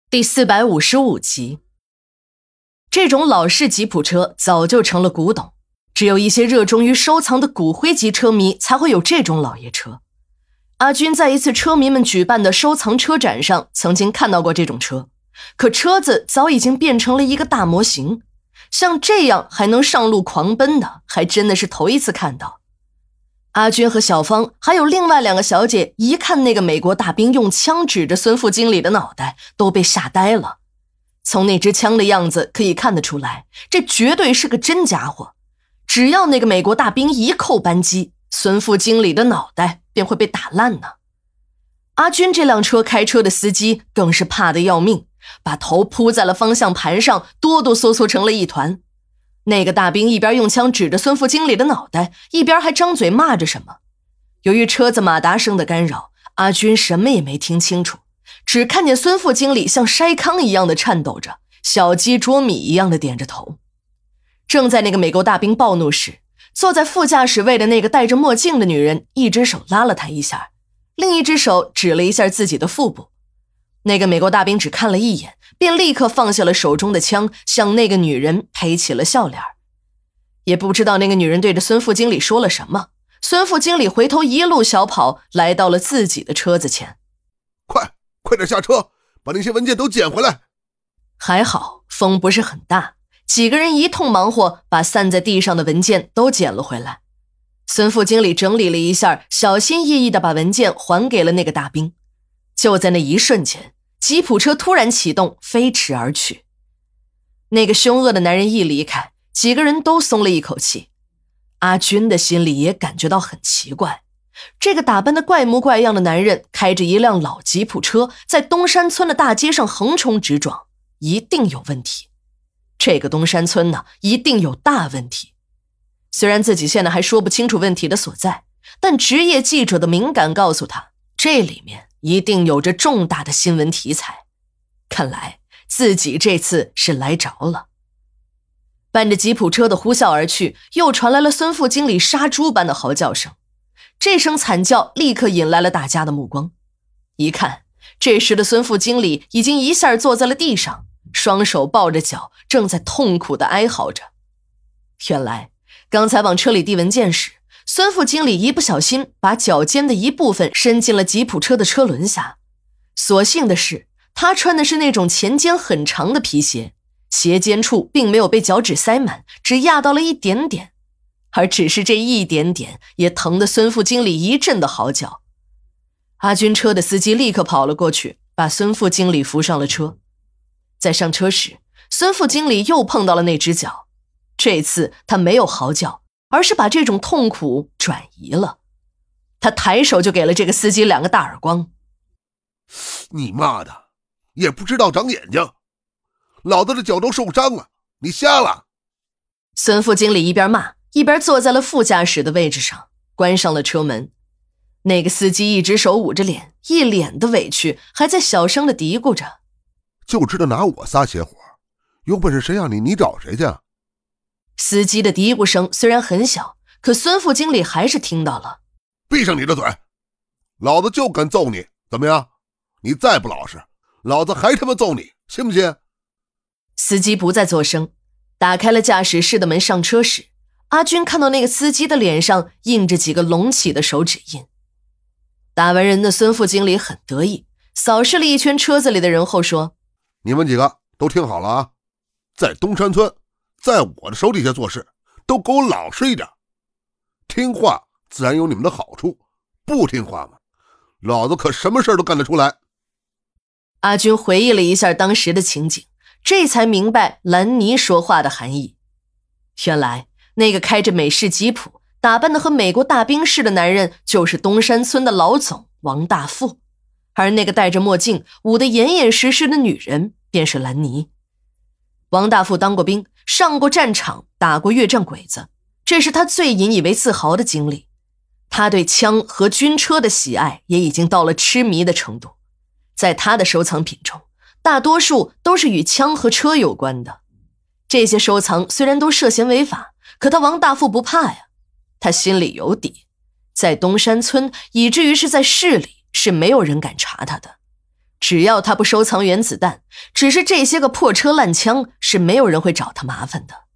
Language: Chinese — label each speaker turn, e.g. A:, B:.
A: 第455集。这种老式吉普车早就成了古董，只有一些热衷于收藏的骨灰级车迷才会有这种老爷车。阿军在一次车迷们举办的收藏车展上曾经看到过这种车，可车子早已经变成了一个大模型，像这样还能上路狂奔的还真的是头一次看到。阿军和小芳还有另外2个小姐一看那个美国大兵用枪指着孙副经理的脑袋，都被吓呆了。从那支枪的样子可以看得出来，这绝对是个真家伙，只要那个美国大兵一扣扳机，孙副经理的脑袋便会被打烂呢。阿军这辆车开车的司机更是怕得要命，把头扑在了方向盘上，哆哆嗦嗦成了一团。那个大兵一边用枪指着孙副经理的脑袋，一边还张嘴骂着什么。由于车子马达声的干扰，阿军什么也没听清楚，只看见孙副经理像筛糠一样的颤抖着，小鸡啄米一样的点着头。正在那个美国大兵暴怒时，坐在副驾驶位的那个戴着墨镜的女人一只手拉了他一下，另一只手指了一下自己的腹部。那个美国大兵只看了一眼，便立刻放下了手中的枪，向那个女人赔起了笑脸。也不知道那个女人对着孙副经理说了什么，孙副经理回头一路小跑，来到了自己的车子前。
B: 快点下车，把那些文件都捡回来。
A: 还好风不是很大，几个人一通忙活，把散在地上的文件都捡了回来。孙副经理整理了一下，小心翼翼地把文件还给了那个大兵。就在那一瞬间，吉普车突然启动，飞驰而去。那个凶恶的男人一离开，几个人都松了一口气。阿军的心里也感觉到很奇怪，这个打扮得怪模怪样的男人开着一辆老吉普车，在东山村的大街上横冲直撞，一定有问题。这个东山村呢，一定有大问题。虽然自己现在还说不清楚问题的所在，但职业记者的敏感告诉他，这里面一定有着重大的新闻题材。看来自己这次是来着了。伴着吉普车的呼啸而去，又传来了孙副经理杀猪般的嚎叫声。这声惨叫立刻引来了大家的目光。一看，这时的孙副经理已经一下坐在了地上，双手抱着脚，正在痛苦地哀嚎着。原来刚才往车里递文件时，孙副经理一不小心把脚尖的一部分伸进了吉普车的车轮下。所幸的是，他穿的是那种前尖很长的皮鞋，鞋尖处并没有被脚趾塞满，只压到了一点点。而只是这一点点，也疼得孙副经理一阵的嚎叫。阿军车的司机立刻跑了过去，把孙副经理扶上了车。在上车时，孙副经理又碰到了那只脚，这次他没有嚎叫，而是把这种痛苦转移了。他抬手就给了这个司机2个大耳光。
B: 你妈的，也不知道长眼睛，老子的脚都受伤了，你瞎了。
A: 孙副经理一边骂，一边坐在了副驾驶的位置上，关上了车门。那个司机一只手捂着脸，一脸的委屈，还在小声的嘀咕着，
B: 就知道拿我撒邪火，有本事谁让你找谁去。
A: 司机的嘀咕声虽然很小，可孙副经理还是听到了。
B: 闭上你的嘴，老子就敢揍你，怎么样？你再不老实，老子还他妈揍你，信不信？
A: 司机不再作声，打开了驾驶室的门。上车时，阿军看到那个司机的脸上印着几个隆起的手指印。打完人的孙副经理很得意，扫视了一圈车子里的人后说，
B: 你们几个都听好了啊，在东山村，在我的手底下做事，都给我老实一点。听话自然有你们的好处，不听话嘛，老子可什么事都干得出来。
A: 阿军回忆了一下当时的情景，这才明白兰妮说话的含义。原来那个开着美式吉普，打扮得和美国大兵似的男人，就是东山村的老总王大富，而那个戴着墨镜捂得严严实实的女人便是兰妮。王大富当过兵，上过战场，打过越战鬼子，这是他最引以为自豪的经历。他对枪和军车的喜爱也已经到了痴迷的程度，在他的收藏品中，大多数都是与枪和车有关的。这些收藏虽然都涉嫌违法，可他王大富不怕呀，他心里有底，在东山村以至于是在市里是没有人敢查他的。 只要他不收藏原子弹，只是这些个破车烂枪是没有人会找他麻烦的。